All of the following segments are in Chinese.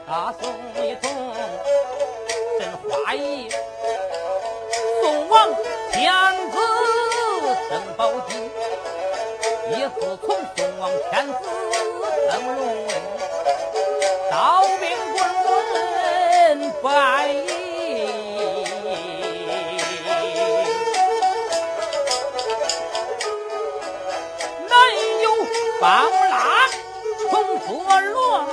送一通真花衣，送往天子登宝鸡，一次从送往天子登龙位，刀兵滚滚不安逸，南有方腊从作乱，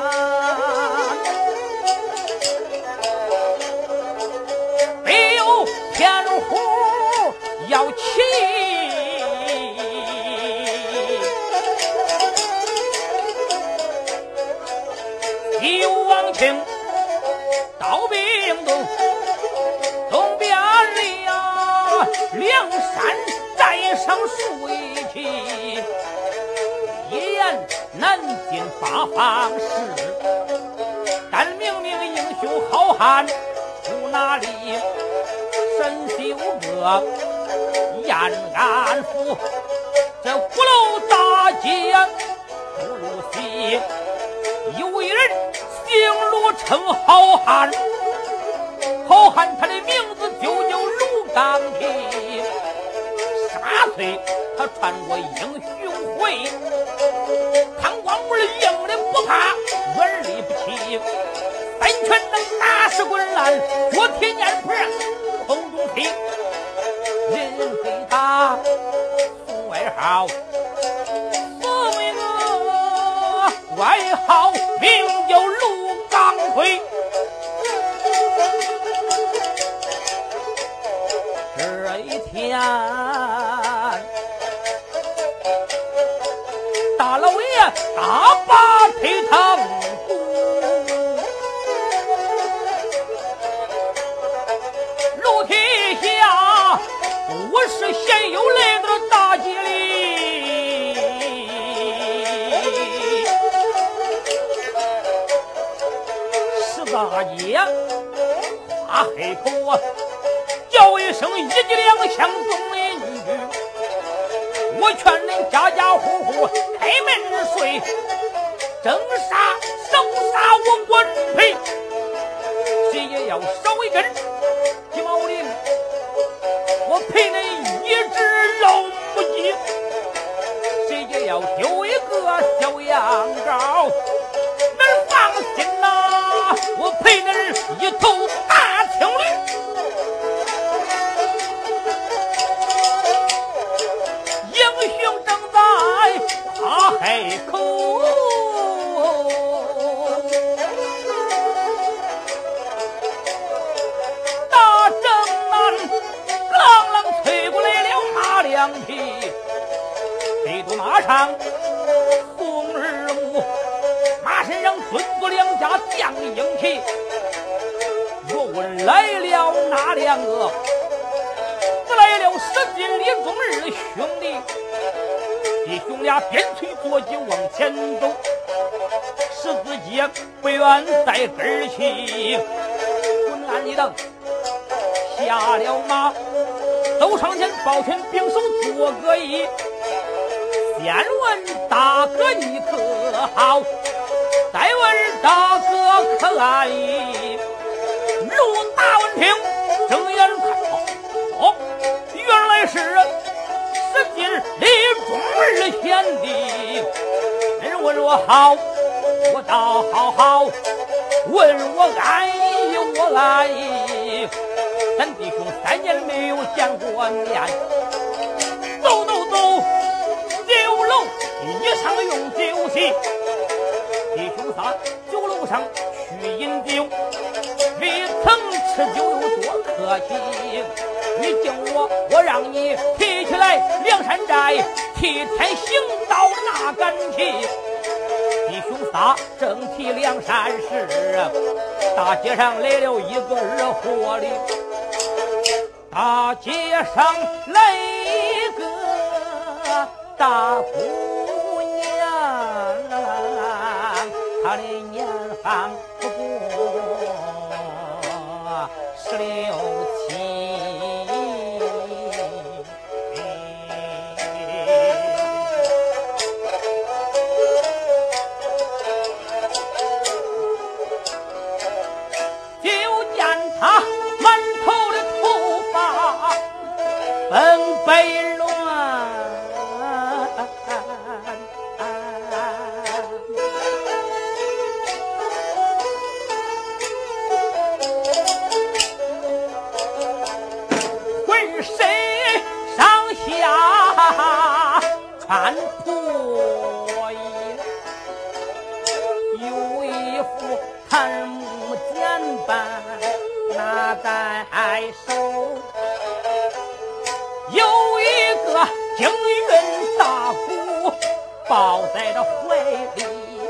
北有天虎要起，西有王庆刀兵动，东边了梁山寨上水起，一言难尽八方事，但明明英雄好汉出哪里？神修阁延安府，这鼓楼大街不如西，有一人姓卢称好汉，好汉他的名字就叫卢刚提。18岁他穿过英雄会，唐光武硬的不怕，软力不起，三拳能打死滚烂，脚铁撵盆空中飞，人人给他送外号，送一个外号名叫卢刚推。这一天大老爷大把推堂鼓，楼梯下我是闲游来到大街里，十大爷花黑口啊，叫一声一级两相中邻居，我劝恁家家户户开门睡，争杀生杀我管赔，谁也要少一根鸡毛翎，我赔恁一只老母鸡，谁也要丢一个小羊羔，恁放心呐，我赔恁一头大青驴。英雄正在大海口，大正南朗朗吹过来了马两匹，这头马上送日暮，马身上蹲着两家将英旗。若问来了哪两个？只来了石进李忠日兄弟，弟兄俩边催坐骑往前走，十字街不愿再跟儿去。滚鞍一蹬下了马，走上前抱拳并手做个揖，先问大哥你可好？再问大哥可安逸？陆大文平睁眼看，哦，原来是石进李忠儿贤弟。人问我好，我倒好好；问我安逸，我安逸。咱弟兄3年没有见过面，走走走，酒楼一上用酒席，弟兄仨酒楼上去饮酒，未曾吃酒有多客气。你敬我，我让你提起来梁山寨，替天行道哪敢提？弟兄仨正提梁山事，大街上来了一个二货哩，大街上来一个大姑娘，她的年方不过16、17。 檀木简板拿在手，有一个京韵大鼓抱在这怀里，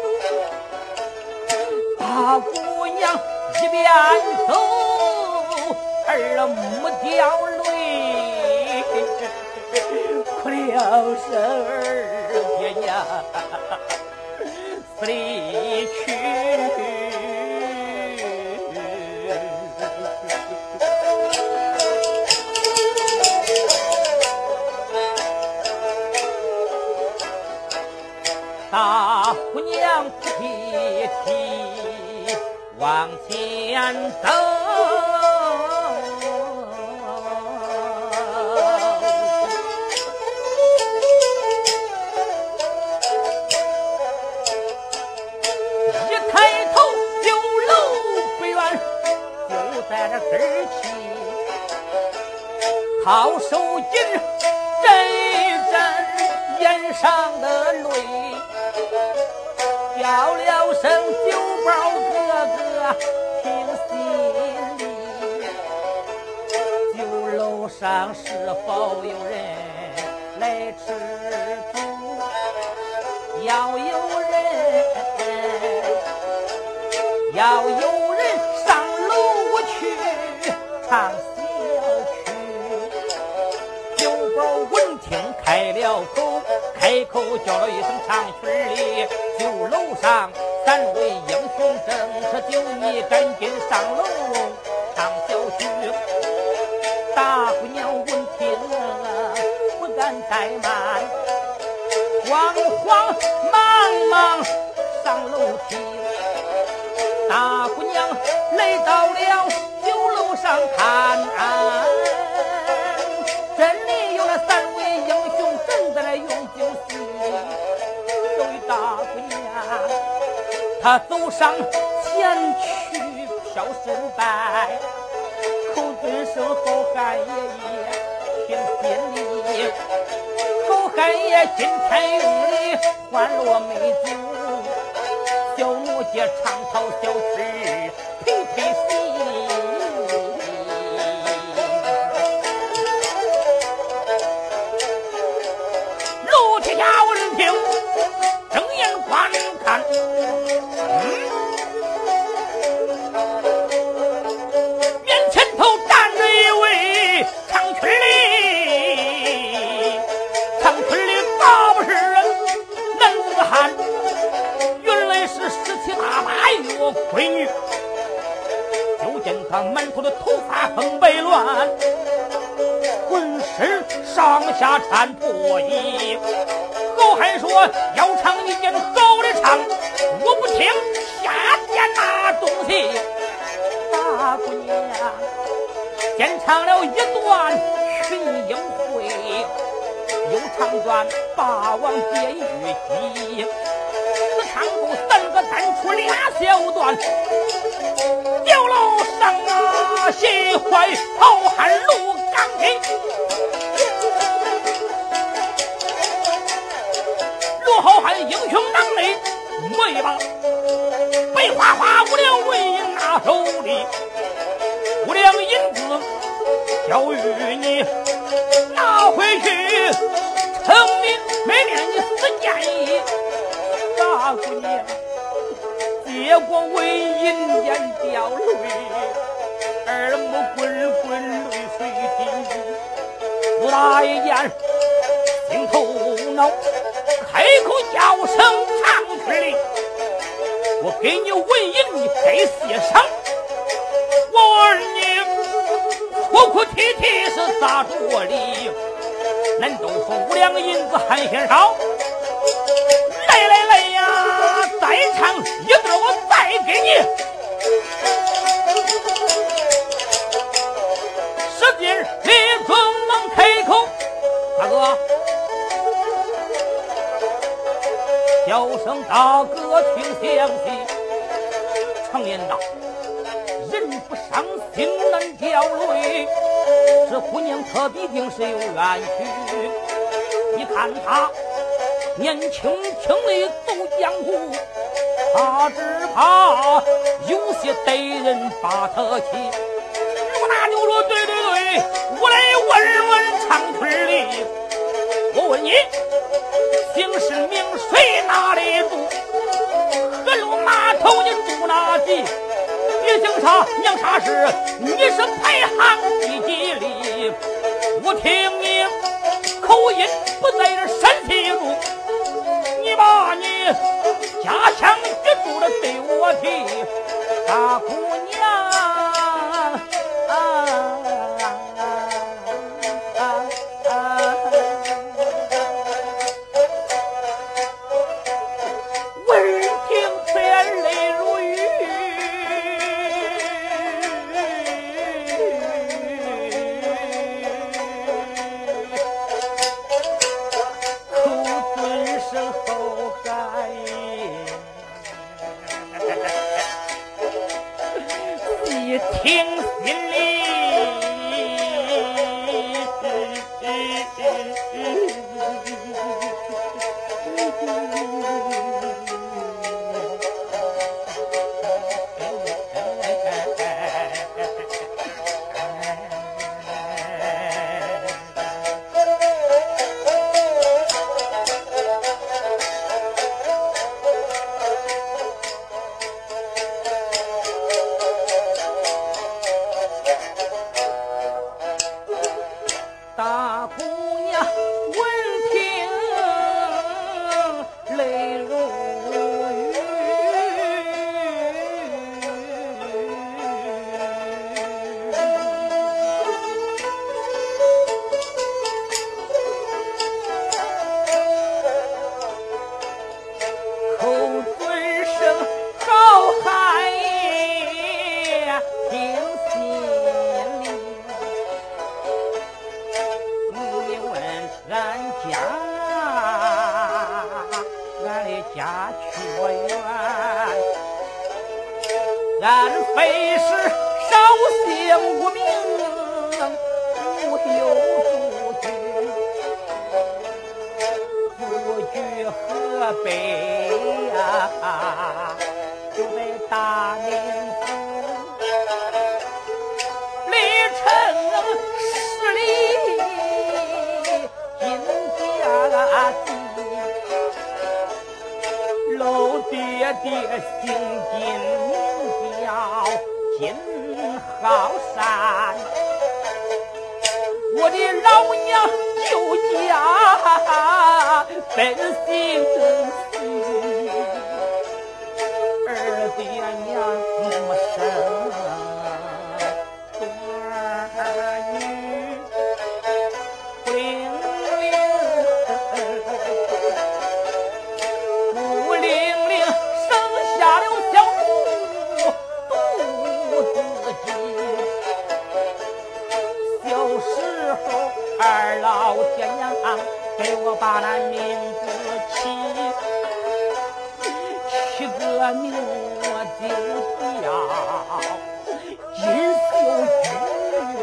大姑娘一边走耳目掉泪，哭了声儿爹呀死离去。大姑娘提提往前走，一抬头酒楼不远，就在这根儿起，掏手巾沾一沾眼上的泪，叫了声酒保哥哥听心里，酒楼上是否有人来吃酒？要有人上楼去唱小曲。酒保闻听开了口，开口叫了一声唱曲里，酒楼上三位英雄正是酒，你赶紧上楼唱小曲。大姑娘闻听不敢怠慢，慌慌忙忙上楼梯。大姑娘来到了酒楼上看，真里有了三位英雄正在那用酒席。有一大姑娘她走上前去飘身拜，口尊声好汉爷爷听心里，好汉爷今天用力欢乐美酒，小奴家唱套小曲陪陪戏。楼梯下闻听睁眼观看，面前头站着一位唱曲里，唱曲里大不是男子汉，原来是17、18月闺女。就见她满头的头发风白乱，浑身上下穿破衣，好汉说要唱一件好的唱，我不听下贱那东西。大姑娘先唱了一段群英会，又唱段霸王别玉姬，只唱够3个单出俩小段。酒楼上喜欢好汉陆钢铁，陆好汉英雄囊内没把白花花5两纹银拿手里，5两银子交与你拿回去，成名没脸你死建议。大姑娘结果为银眼掉泪，耳目滚滚泪水滴，不大一眼心头恼，开口叫声唱曲里，我给你纹银你该谢赏，我儿你哭哭啼啼是咋着理？恁都说5两银子还嫌少，来呀，再唱一段我再给你。使劲李准王开口，大哥，叫声大哥听详细。常言道，人不伤心难掉泪，这姑娘她必定是有冤屈。你看她年轻轻的走江湖， 他只怕有些歹人把他欺。我大牛说对对对，我来问问长腿里，我问你姓氏名谁哪里住？河路码头你住哪几？你姓啥娘啥事？你是排行第几里？我听你口音不在这山西住，你把你家乡居住的对我提。大姑娘闻听此言泪如雨，口尊声后喊一听心里大姑娘闻听泪如雨，口尊声好喊听心里。俺家，俺的家却远，俺非是少姓无名，无有祖居，祖居河北呀，就在大名府，离城10里。老爹爹姓金，名叫金好山，我的老娘舅家本姓徐，儿爹娘那么生儿女不灵二老天娘给我把那名字起个名我就叫金秀菊。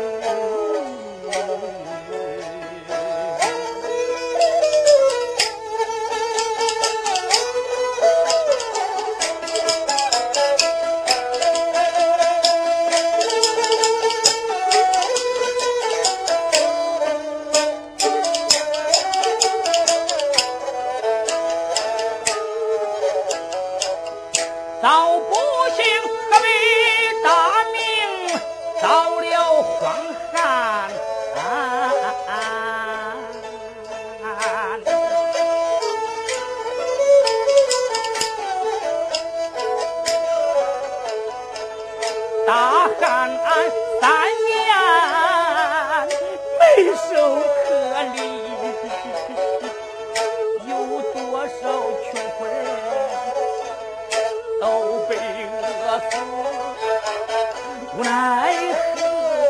早不幸何为大名，遭了荒旱大旱3年没收颗粒，有多少穷困人都被饿死，无奈何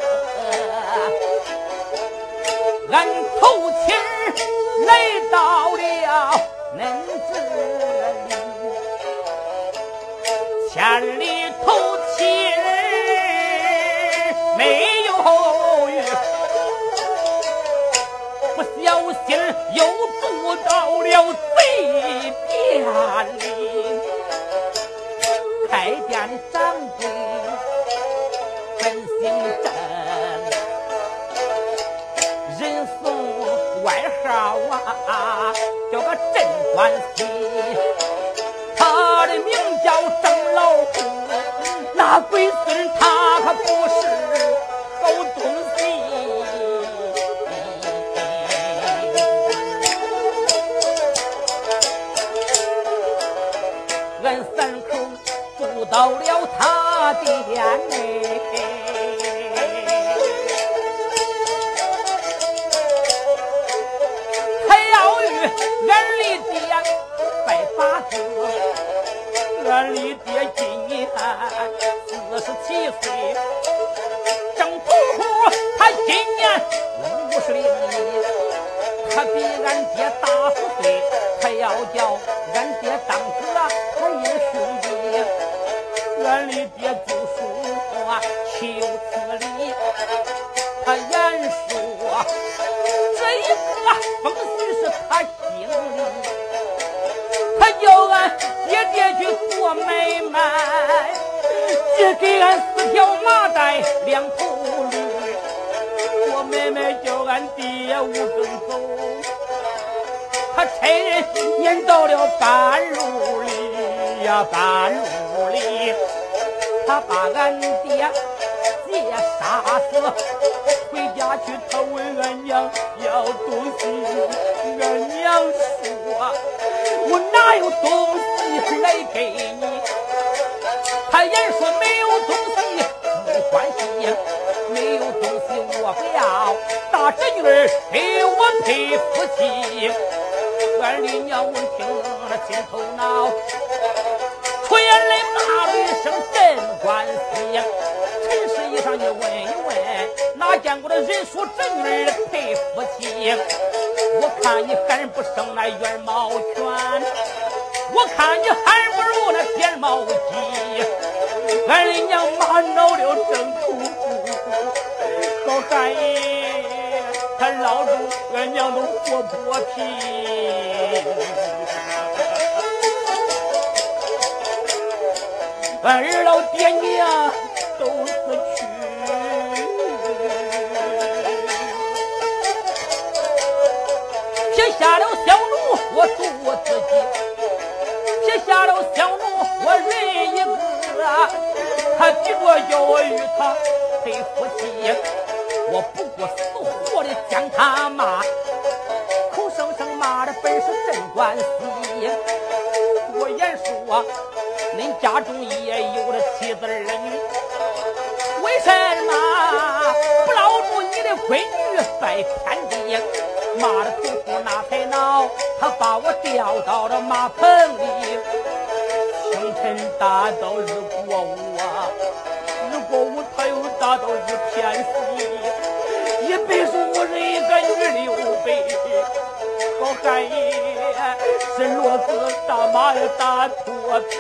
俺头亲来到了恁这里，千里头亲没有雨，不小心又住到了贼店里。 开店的掌柜真姓郑，人送外号啊叫个镇关西，他的名叫郑老虎，那龟孙他可不是好东西。俺三口住到了他店内，还要与俺李爹拜把子。俺李爹今年47岁，郑屠户他今年50里，他比俺爹大4岁，还要叫俺爹当子啊，他有兄弟。俺李爹读书啊求此理，他言说这一个风水是他心里，他叫俺爹爹去做买卖，只给俺4条麻袋2头驴，做买卖叫俺爹5更走，他差人撵到了半路里呀，半路里他把俺爹借杀死，回家去他问俺娘要东西，俺娘说我哪有东西来给你，他言说没有东西没关系，没有东西我不要，大侄女儿给我配夫妻。俺李娘闻听了心头恼，出眼泪骂了一声镇关西。陈氏衣上你问一问，哪见过的人属侄女儿配夫妻？我看你还不胜那圆毛犬，我看你还不如那扁毛鸡。俺李娘骂恼了郑屠户，好汉爷他老住俺娘都活泼皮，俺儿老爹娘都死去，撇下了小奴我独我自己，撇下了小奴我人一个，他急着要我与他配夫妻，我不过死活的将他骂，口声声骂的本是镇关西。我言说恁家中也有了妻子儿女，为什么不捞住你的闺女在天地？骂的屠户那才恼，他把我吊到了马棚里。清晨大道日过午啊，日过午他又大到日偏西，一辈是无人一个女6辈，好汉爷是骡子打马也打脱皮，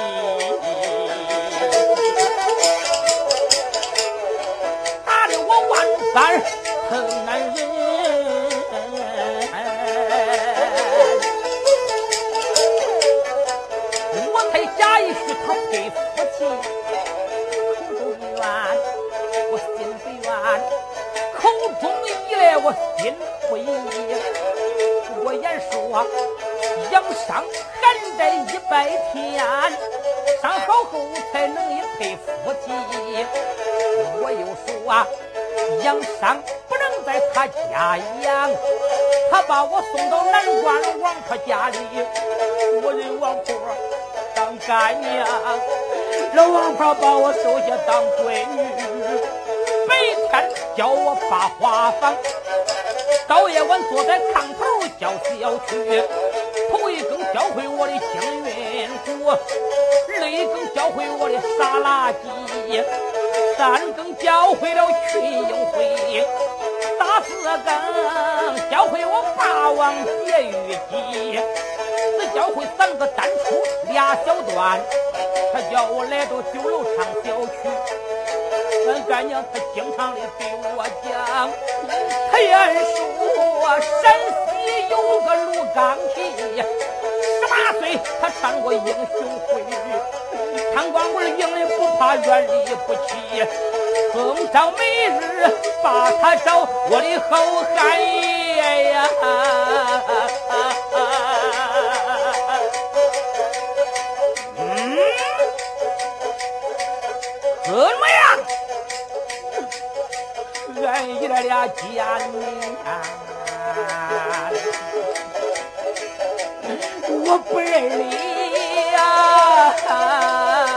打的我万般疼男人。我才假意许他配夫妻，口中一怨我心不怨，口中一来我心不依。我言说养伤寒斋100天，伤好后才能一配夫妻。我又说养伤不能在他家养，他把我送到南关王婆家里，我认王婆当干娘，老王婆把我收下当闺女，白天教我发花房，到夜晚坐在炕头教小曲，头一更教会我的京韵鼓，二一更教会我的沙拉鸡，三更教会了群英会，大四更教会我霸王别玉姬，只教会3个单出2小段，他叫我来到酒楼唱小曲。俺干娘她经常的对我讲，他言说陕西有个鹿岗皮，什 18岁，他穿过英雄会，看光棍迎人不怕，远离不弃。风招每日把他找，我的好汉爷呀！怎么样？愿意来了见你啊！我不认你呀！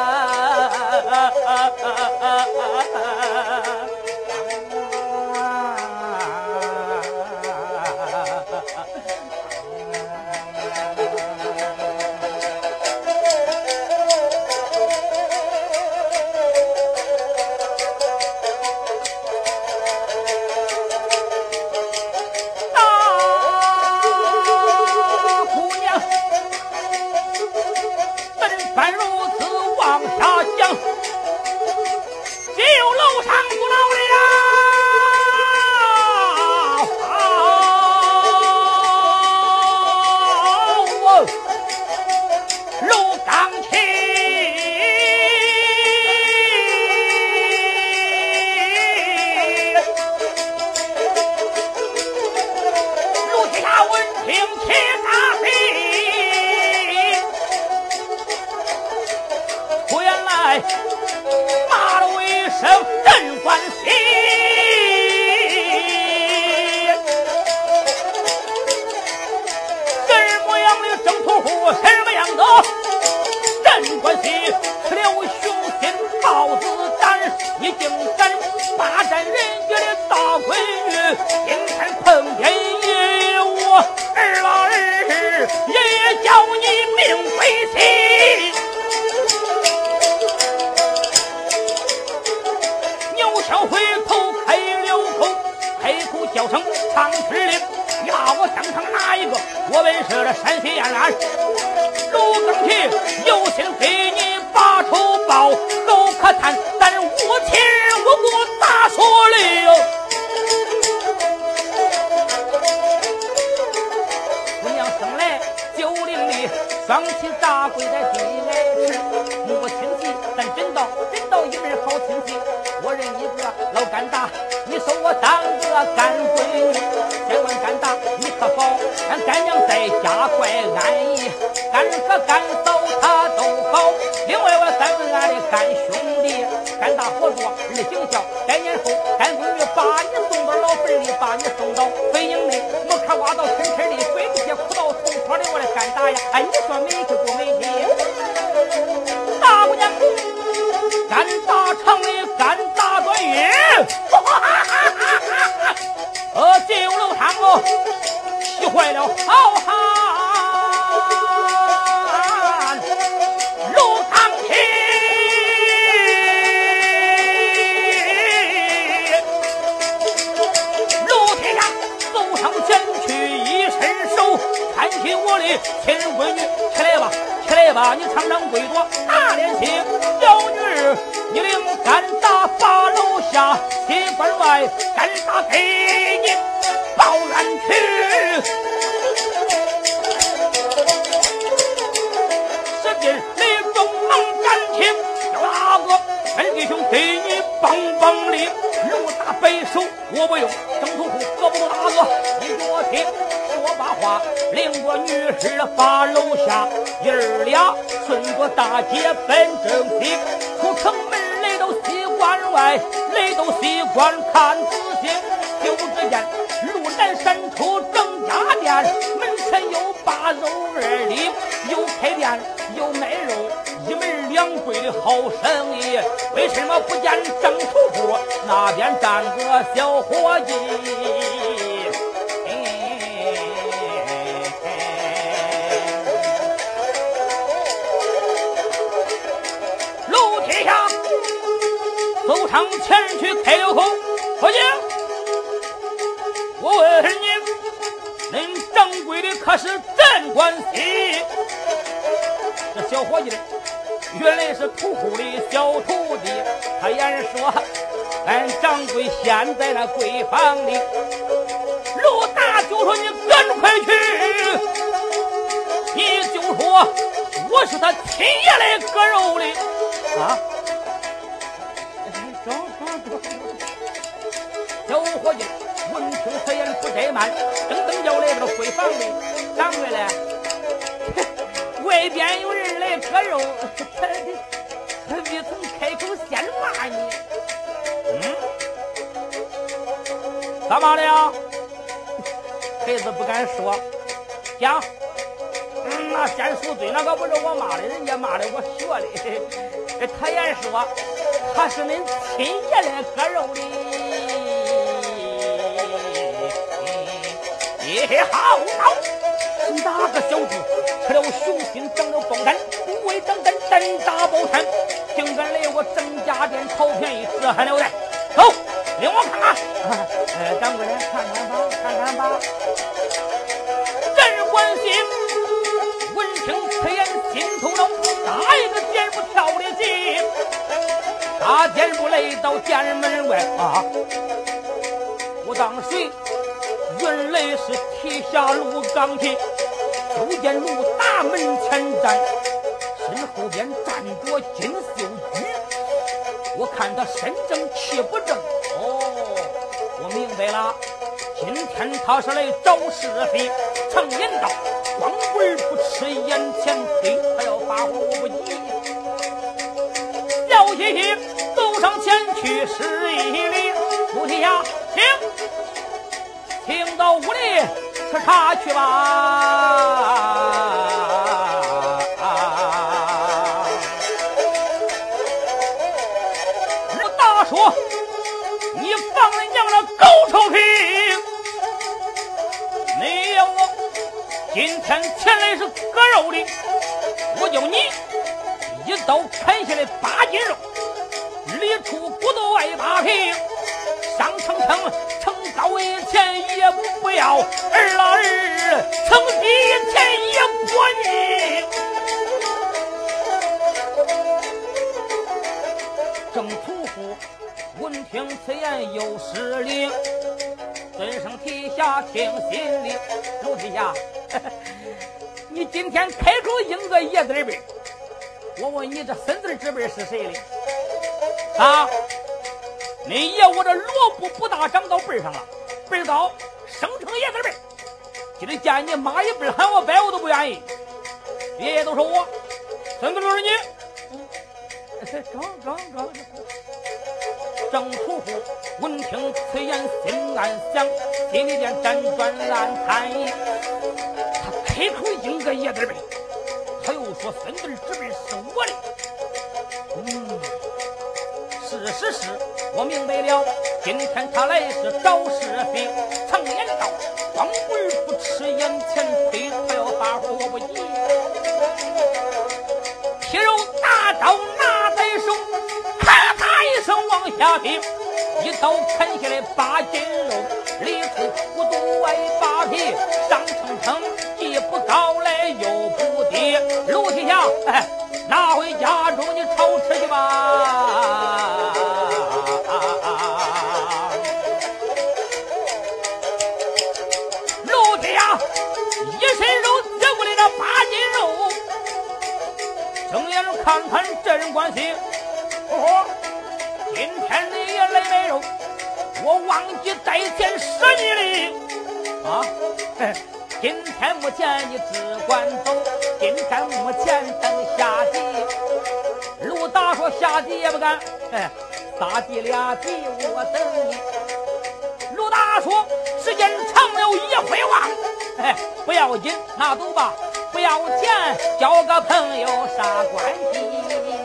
原来是屠户的小徒弟。他言说俺掌柜现在那闺房里，陆大就说你赶快去你就说我是他亲爷的割肉的啊！小伙计闻听此言不怠慢，噔噔叫来到闺房里，掌柜的，外边有人来割肉，他未曾开口先骂你。干嘛的呀？孩子不敢说，讲。那先赎罪，那可不是我骂的，人家骂的我学的。他言说他是恁亲爷来割肉的。好，哪个小子吃了雄心长了风干，不为长胆胆大包天，竟敢来我郑家店讨便宜，这还了得？走，领我看看。掌柜的，看看吧。镇关兴闻听此言，心头恼，哪一个箭步跳的急？大箭步来到店门外啊！我当谁？原来是铁下路钢铁，就见路大门前站，身后边站着金秀菊。我看他身正气不正，我明白了，今天他是来找是非。常言道，光棍不吃眼前亏，他要发火我不急。笑嘻嘻走上前去施一礼，夫妻呀，请到屋里吃茶去吧。我大说你放人娘的狗臭屁，没有我今天前来是割肉的，我叫你一刀砍下来8斤肉，里出骨头外扒皮，上称称称高一钱也不要，儿啦儿称低一钱也不你。郑屠夫闻听此言有失礼，尊声提下听心里。陆提下，你今天开口应个爷子的辈，我问你这孙子之辈是谁的？啊，你爷我这萝卜不大长到辈上了，辈高生成爷子辈。今天见你妈一辈喊我拜我都不愿意，爷爷都是我，孙子都是你。郑屠夫闻听此言心暗想，心里边辗转暗叹意。他开口应个爷子辈，他又说孙子之辈是我的。是，我明白了，今天他来是找是非。常言道，光棍不吃眼前亏，他要发火我不急。皮肉大刀拿在手，咔嚓一声往下劈，一刀砍下来8斤肉，里出骨头外扒皮，上称称既不高来又不低。陆提下，拿回家中你炒吃去吧。陆提下一身肉接过来这8斤肉，睁眼看看镇关系。今天你也来买肉，我忘记带钱赊你的啊！今天目前你只管走，今天目前等下地。陆大说下地也不敢，撒地2地我等你。陆大说时间长了也会忘，不要紧，那走吧，不要钱，交个朋友啥关系？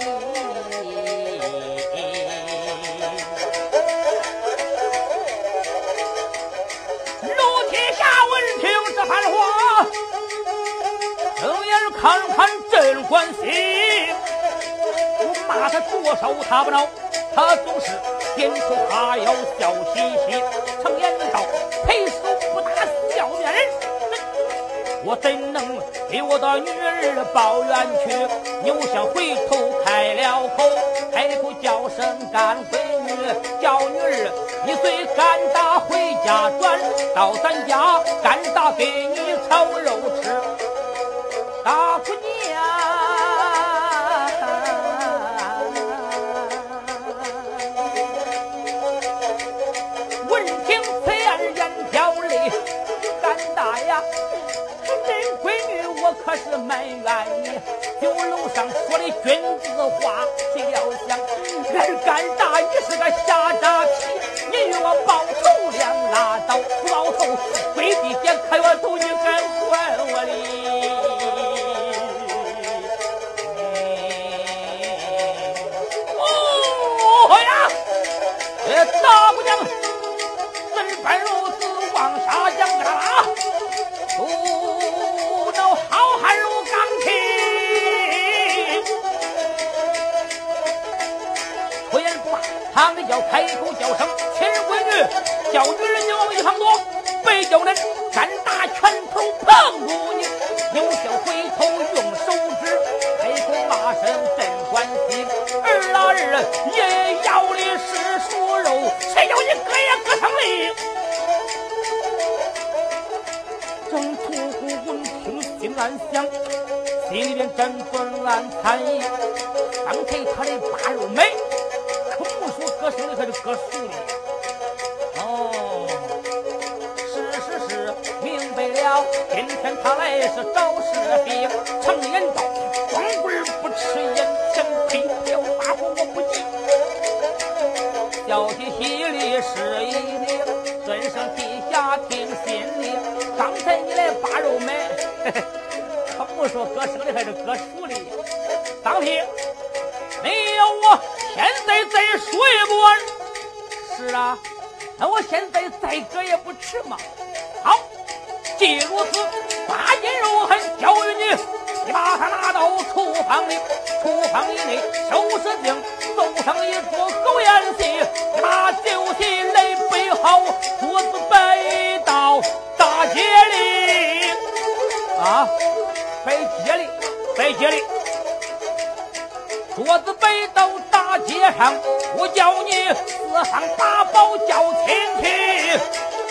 这番话睁眼看看镇关系，我骂他多少他不恼，他总是点头哈腰笑嘻嘻。常言道，赔手不打笑面人，我怎能给我的女儿抱怨去？牛相回头开了口，开口叫声干闺女，叫女儿你随干打回家转，到咱家干打给你炒肉吃。 大姑娘，闻听此言眼角泪，干大呀！人闺女，我可是埋怨你，酒楼上说的君子话，谁料想俺干大你是个瞎诈皮，你与我报仇两拉倒，不报仇跪地下开我头，你敢还我哩？哦呀，大姑娘，怎般如此往下讲个啦？好汉如钢铁，出言不骂，堂里叫开口叫声亲闺女，叫女人就往一旁躲，被叫人敢打拳头碰住你，有些回头用手指开口骂声真欢喜，儿啊儿，爷爷要的是熟肉，谁叫你割也割成哩？正屠户闻听心暗想，心里边真不暗叹意。刚才他的八肉美，可不说割生的，可就割熟的。哦，是，明白了。今天他来是找是非，常言道，光棍不吃眼前亏，要发火我不急。小提戏里是一理，尊声提下听心里。刚才你来扒肉买，可不说割生的还是割熟的。当天没有我，现在再说也不晚。是啊，那我现在再割也不迟嘛。好，既如此，八斤肉还交于你，你把它拿到厨房里，厨房以内收拾净，走上一桌狗宴席，你把酒席来备好，桌子摆到大街里啊，摆街里，桌子摆到大街上，我叫你四方八宝叫亲戚，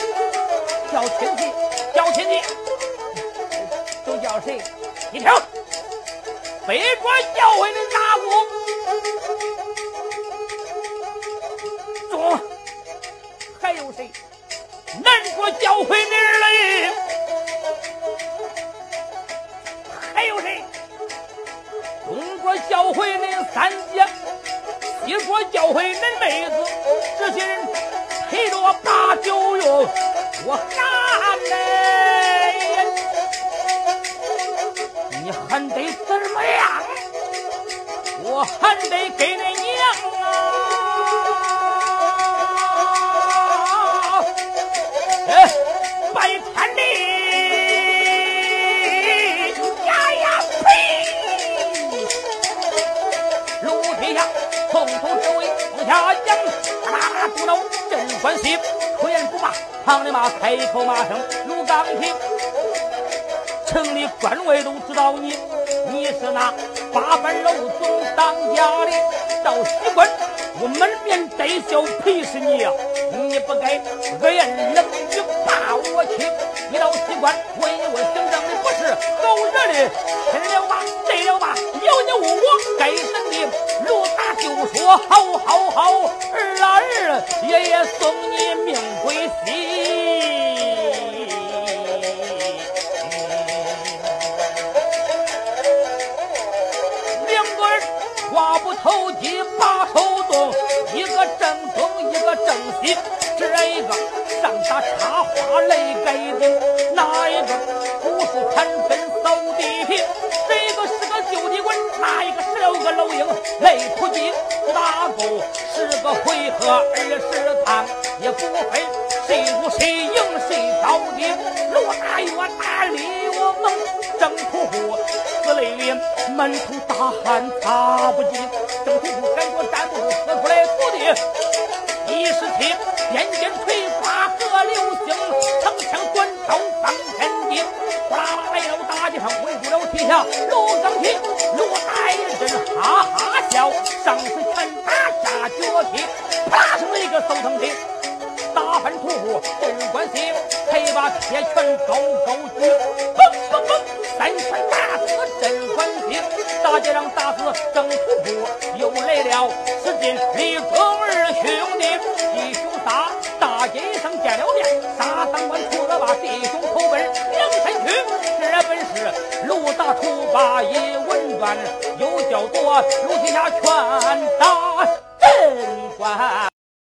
都叫谁？你听，北国教会的大姑中，还有谁？南国教会的儿嘞，还有谁？东国教会的三姐，西国教会的妹子，这些人陪着我把酒用，我喊嘞，你还得怎么样？我还得给你娘啊！拜天地呀呸！楼梯下从头至尾往下讲，大嘟囔真欢喜，出言不骂，旁里骂，开口骂声如钢铁。城里官位都知道你是那八班肉总当家的，到西关我满面带笑鄙视你呀！你不该恶言冷语把我气，一到西关问一问行政的不是狗日的，亲了吧对了吧，有你我该等的，如打就说好，儿啊儿，爷爷送你命归西。话不投机把手动，一个正东一个正西，这一个上打插花来改定，那一个武术盘根扫地皮，这一个是个救济棍，那一个16个老鹰来突击，打够10个回合20趟，也不分谁输谁赢谁着地，罗大越大力我猛，郑屠户死泪脸，满头大汗擦不尽，郑屠户感觉站不住，死出来土地。117边肩锤发和流星，长枪短刀放天地，呼啦啦来到大街上围住了旗下罗钢铁，罗大一阵哈哈笑，上是拳打下脚踢，啪上了一个扫堂腿，打翻屠户真关系，才把铁拳高高举，嘣嘣嘣，3拳打死了，此今李宗二兄弟弟兄仨大街上见了面，撒三关出了把弟兄投奔梁山去。这本是陆大厨把一文断，又叫做陆天下拳打贞观。